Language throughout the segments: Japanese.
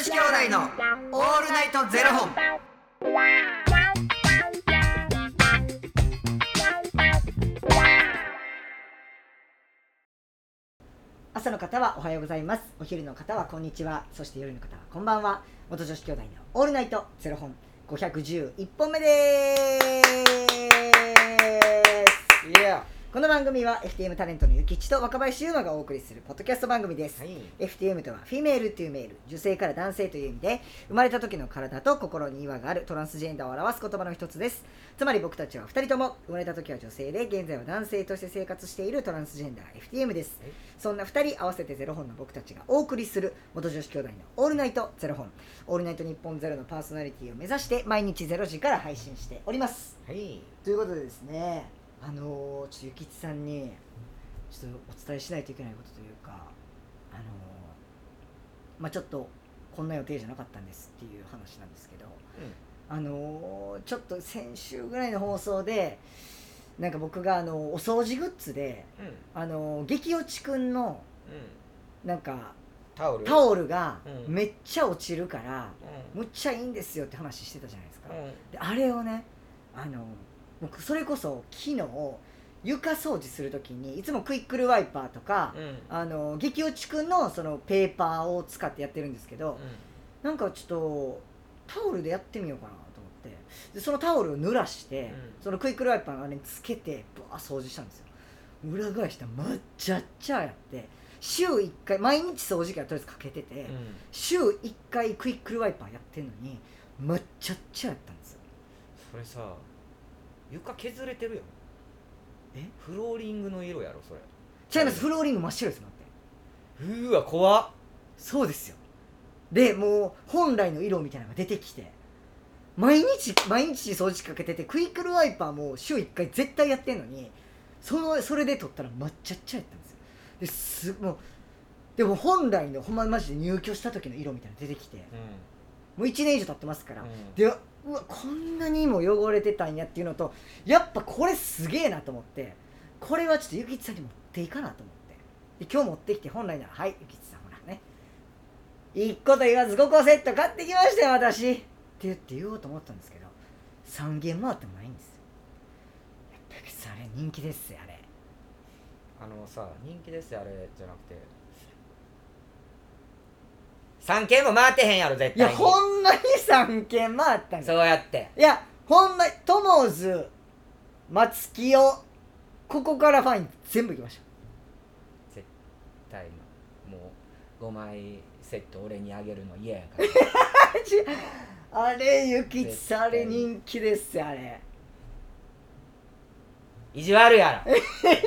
子兄弟のオールナイトゼロ本。 朝の方はおはようございます。お昼の方はこんにちは。そして夜の方はこんばんは。元女子兄弟のオールナイトゼロ本511本目です。この番組は FTM タレントのゆきちと若林優馬がお送りするポッドキャスト番組です、FTM とはフィメールというメール、女性から男性という意味で、生まれた時の体と心に違和があるトランスジェンダーを表す言葉の一つです。つまり僕たちは2人とも生まれた時は女性で現在は男性として生活しているトランスジェンダー FTM です。そんな2人合わせてゼロ本の僕たちがお送りする元女子兄弟のオールナイトゼロ本、オールナイト日本ゼロのパーソナリティを目指して毎日0時から配信しております、ということでですね、ちょっとゆきちさんにちょっとお伝えしないといけないことというか、ちょっとこんな予定じゃなかったんですっていう話なんですけど、ちょっと先週ぐらいの放送でなんか僕がお掃除グッズで、激落ちくんのなんかタオルがめっちゃ落ちるから、むっちゃいいんですよって話してたじゃないですか、であれをね、僕それこそ昨日床掃除するときにいつもクイックルワイパーとか、激落ちくんのそのペーパーを使ってやってるんですけど、なんかちょっとタオルでやってみようかなと思って、でそのタオルを濡らして、そのクイックルワイパーのあれにつけてブワー掃除したんですよ。裏返したらむっちゃっちゃやって、週1回毎日掃除機はとりあえずかけてて、週1回クイックルワイパーやってんのにむっちゃっちゃやったんですよ。 それさ、床削れてるやん。フローリングの色やろそれ。 違います、フローリング真っ白ですもんって。 うわ怖っ。 そうですよ。でもう本来の色みたいなのが出てきて、毎日掃除機かけてて、クイックルワイパーも週1回絶対やってんのに、それで撮ったら抹茶っちゃやったんですよ。でも本来のほんまマジで入居した時の色みたいなの出てきて、もう1年以上経ってますから、でうわこんなにも汚れてたんやっていうのと、やっぱこれすげえなと思って、これはちょっとゆきちさんに持っていかなと思って、で今日持ってきて、本来ならはいゆきちさんほらね、1個と言わず5個セット買ってきましたよ私って言おうと思ったんですけど、3軒回ってもないんですよ。やっぱりさ、あれ人気ですよあれ。 さ、人気ですよあれじゃなくて、3軒も回ってへんやろ絶対に。 いやほんまに3軒回ったんですそうやって。 いやほんまにトモーズ、松清、ここからファイン全部行きました。 絶対もう5枚セット俺にあげるの嫌やからあれゆきちさんあれ人気ですよあれ。 意地悪やろ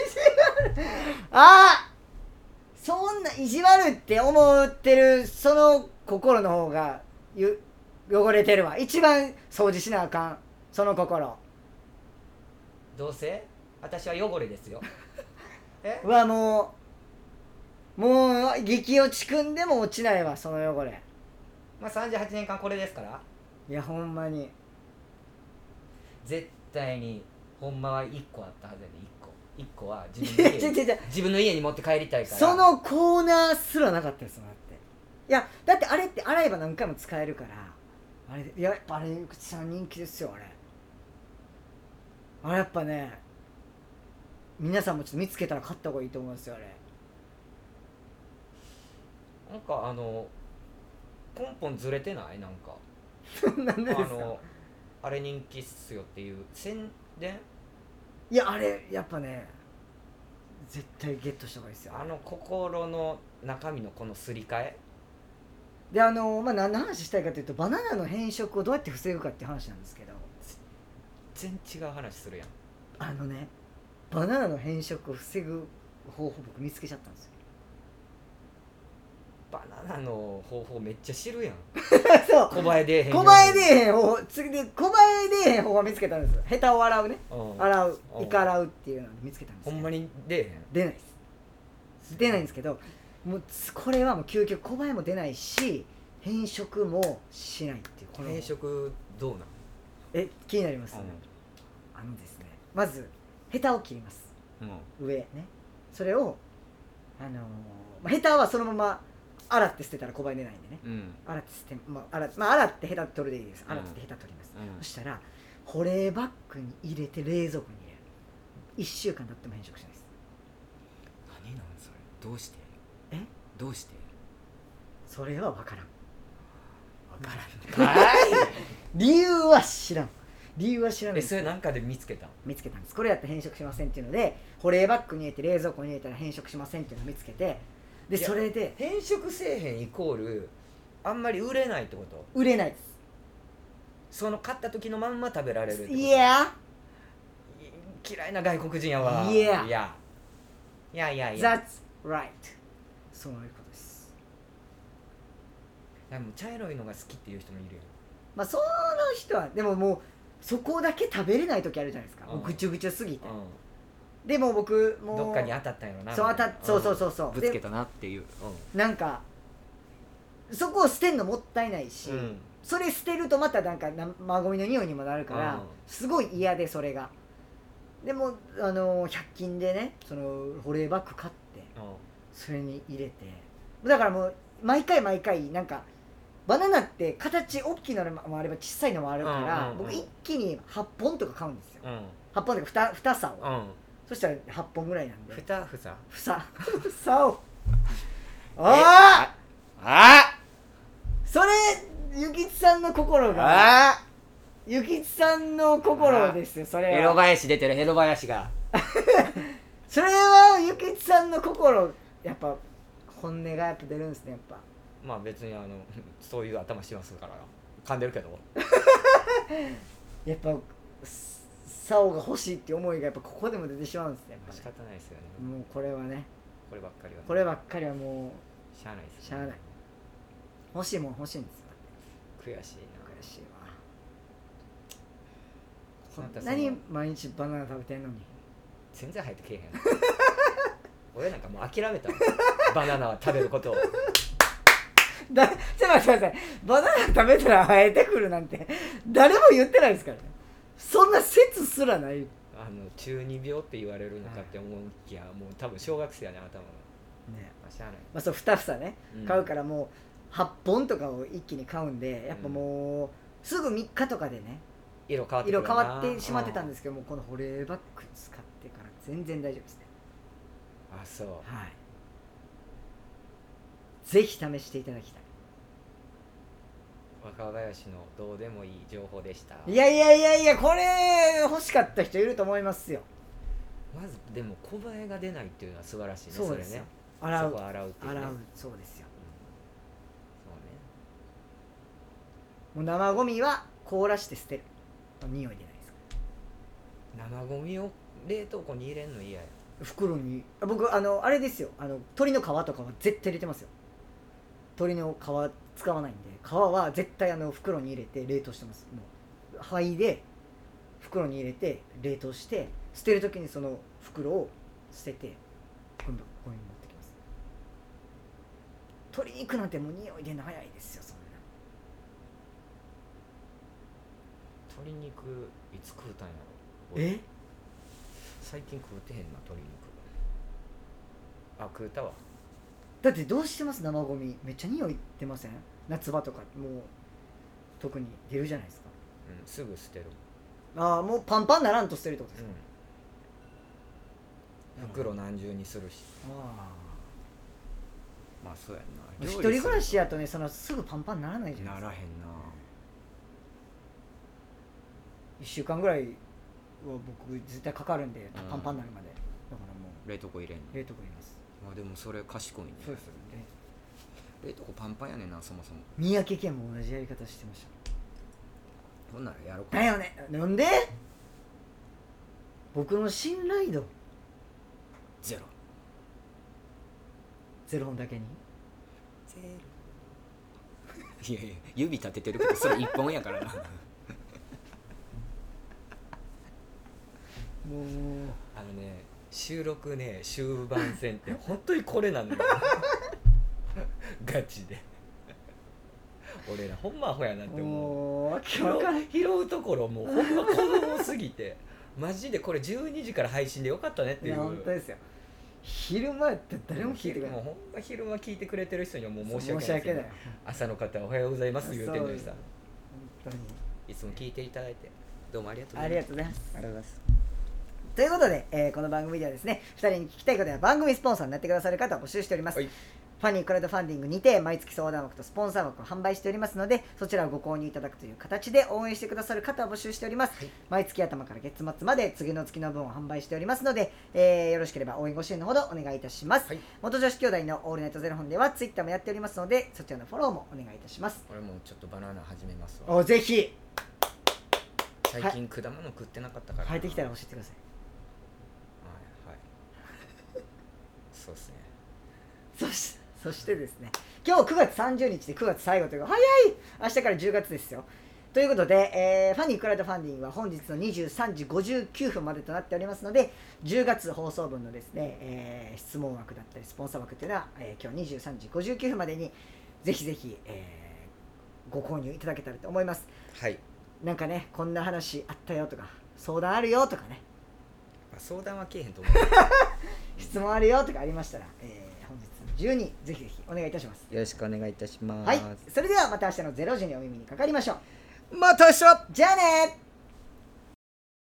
あ、そんな意地悪って思ってるその心の方が汚れてるわ。一番掃除しなあかんその心。 どうせ私は汚れですようわもう激落ちくんでも落ちないわその汚れ。 38年間これですから。 いやほんまに絶対にほんまは1個あったはずやで。1個は自分の家に持って帰りたいから。 そのコーナーすらなかったですもん。だっていやだってあれって洗えば何回も使えるから、あれいややっぱあれゆきちさん人気ですよあれやっぱね、皆さんもちょっと見つけたら買った方がいいと思いますよあれ。 なんか根本ずれてないなんかなんでですか。 あれ人気っすよっていう宣伝。 いやあれやっぱね絶対ゲットした方がいいですよ。 心の中身のこのすり替えで何の話したいかというと、バナナの変色をどうやって防ぐかっていう話なんですけど、 全然違う話するやん。 バナナの変色を防ぐ方法僕見つけちゃったんですよ。 バナナの方法めっちゃ知るやんそう小映え出えへん小映え出えへん方法、次で小映え出えへん方法を見つけたんですよ。ヘタを洗うね、洗うイカ洗うっていうのを見つけたんですよ。 ほんまに出えへん。 出ないです。出ないんですけど、もうこれはもう究極、小映えも出ないし変色もしないっていう。この変色どうなん？ 気になりますね。ですね、まずヘタを切ります、上ね。それをヘタはそのまま洗って捨てたら小バエ出ないんでね、 うん洗って捨て、洗ってヘタ取るでいいです。洗ってヘタ取ります、そしたら保冷バッグに入れて冷蔵庫に入れる。1週間経っても変色しないです。 何なんそれ、どうしてえどうして、 それは分からん。 分からんかい理由は知らん。理由は知らない。 それなんかで見つけたんです。これやったら変色しませんっていうので、保冷バッグに入れて冷蔵庫に入れたら変色しませんっていうのを見つけて、でそれで変色せえへんイコールあんまり売れないってこと。 売れないです。 その買った時のまんま食べられるってこと。 いや嫌いな外国人やわ。 いやいや That's right。 そういうことです。 でも茶色いのが好きっていう人もいるよ。 まあその人はでももうそこだけ食べれない時あるじゃないですか、 うん、 ぐちゅぐちゅすぎて、でも僕もうどっかに当たったんやろな。 そうぶつけたなっていう、 なんかそこを捨てんのもったいないし、それ捨てるとまたなんか生ゴミの匂いにもなるから、すごい嫌で、それがでも100均でね、その保冷バッグ買ってそれに入れて、だからもう毎回なんかバナナって形大きいのもあれば小さいのもあるから、僕一気に8本とか買うんですよ、8本とか 2房を、そしたら8本ぐらいなんで房をそれゆきちさんの心がゆきちさんの心ですよ。それはヘロ林出てる、ヘロ林がそれはゆきちさんの心、やっぱ本音がやっぱ出るんですね。やっぱまあ別にそういう頭しますから噛んでるけどやっぱ竿が欲しいって思いがやっぱここでも出てしまうんですね。やっぱ仕方ないですよね。 もうこれはね、 こればっかりはもうしゃあないです、 しゃあない。欲しいもん欲しいんですよ。 悔しいな。 悔しいわ。何毎日バナナ食べてんのに全然入ってけえへん俺なんかもう諦めたバナナは食べることをちょっと待ってください。バナナ食べたら生えてくるなんて誰も言ってないですからね。そんな説すらない。 中二病って言われるのかって思うきや、もう多分小学生やね、頭がね。しゃあない。 そう2房ね、買うからもう8本とかを一気に買うんで、やっぱもうすぐ3日とかでね色変わってしまってたんですけども、この保冷バッグ使ってから全然大丈夫ですね。 あ、そう。 はい。ぜひ試していただきたい。 若林のどうでもいい情報でした。 いやこれ欲しかった人いると思いますよ。 まずでも小バエが出ないっていうのは素晴らしいね。 そうですよ。 それね。そこ洗うっていうね。 そうですよ。 そうね。 もう生ゴミは凍らして捨てる。匂い出ないですから。生ゴミを冷凍庫に入れんの嫌や。 袋に僕あれですよ、鶏の皮とかは絶対入れてますよ。鶏の皮使わないんで、皮は絶対袋に入れて冷凍してます。もう灰で袋に入れて冷凍して、捨てるときにその袋を捨ててゴミに持ってきます。鶏肉なんてもう匂い出るの早いですよ。そんな鶏肉いつ食うたんやろ。最近食うてへんな、鶏肉。食うたわ。 だってどうしてます？生ゴミめっちゃ匂い出ません？夏場とかもう特に出るじゃないですか。 すぐ捨てる。 もうパンパンならんと捨てるってことですか？ 袋何重にするし。まあそうやな。 一人暮らしやとね、すぐパンパンにならないじゃないですか。 ならへんな。 1週間ぐらいは僕絶対かかるんで、パンパンになるまで。だからもう冷凍庫入れんの。 冷凍庫入れます。 まあでもそれ賢いね。 そうですよね。 冷凍庫パンパンやねんな、そもそも。 三宅健も同じやり方してました。 ほんならやろうか。 だよね。なんで？僕の信頼度ゼロ本だけに。 いや指立ててるけどそれ1本やからな。 もう収録ね、終盤戦って本当にこれなのよ。ガチで俺らほんまアホやなって思う。拾うところもうほんま子供すぎてマジでこれ12時から配信でよかったねっていう。 いや本当ですよ。 昼間やったら誰も聞いてくれない。 もうほんま昼間聞いてくれてる人にはもう申し訳ないです申し訳ない。 朝の方おはようございます言うてんのにさ、 本当にいつも聞いていただいてどうもありがとうごあざいます。 りがとうございます。ありがとうございます。ということで、この番組ではですね、2人に聞きたいことや番組スポンサーになってくださる方を募集しております。 はい、 ファニークラウドファンディングにて毎月相談枠とスポンサー枠を販売しておりますので、そちらをご購入いただくという形で応援してくださる方を募集しております。 はい、 毎月頭から月末まで次の月の分を販売しておりますので、よろしければ応援ご支援のほどお願いいたします。 はい、 元女子兄弟のオールナイトゼロ本ではツイッターもやっておりますので、そちらのフォローもお願いいたします。 俺もちょっとバナナ始めますわ。 おぜひ最近果物食ってなかったから生えてきたら教えてください。 はいはいそうですね。 そしてですね、今日9月30日で9月最後というか早い、明日から10月ですよ。ということで、ファニークラウドファンディングは本日の23時59分までとなっておりますので、10月放送分のですね、質問枠だったりスポンサー枠というのは、今日23時59分までにぜひぜひ、ご購入いただけたらと思います。 はい、 なんかね、こんな話あったよとか相談あるよとかね、 相談はけえへんと思う質問あるよとかありましたら、本日の10人ぜひぜひお願いいたします。 よろしくお願いいたします。 はい、それではまた明日の0時にお耳にかかりましょう。 また明日。 じゃあね。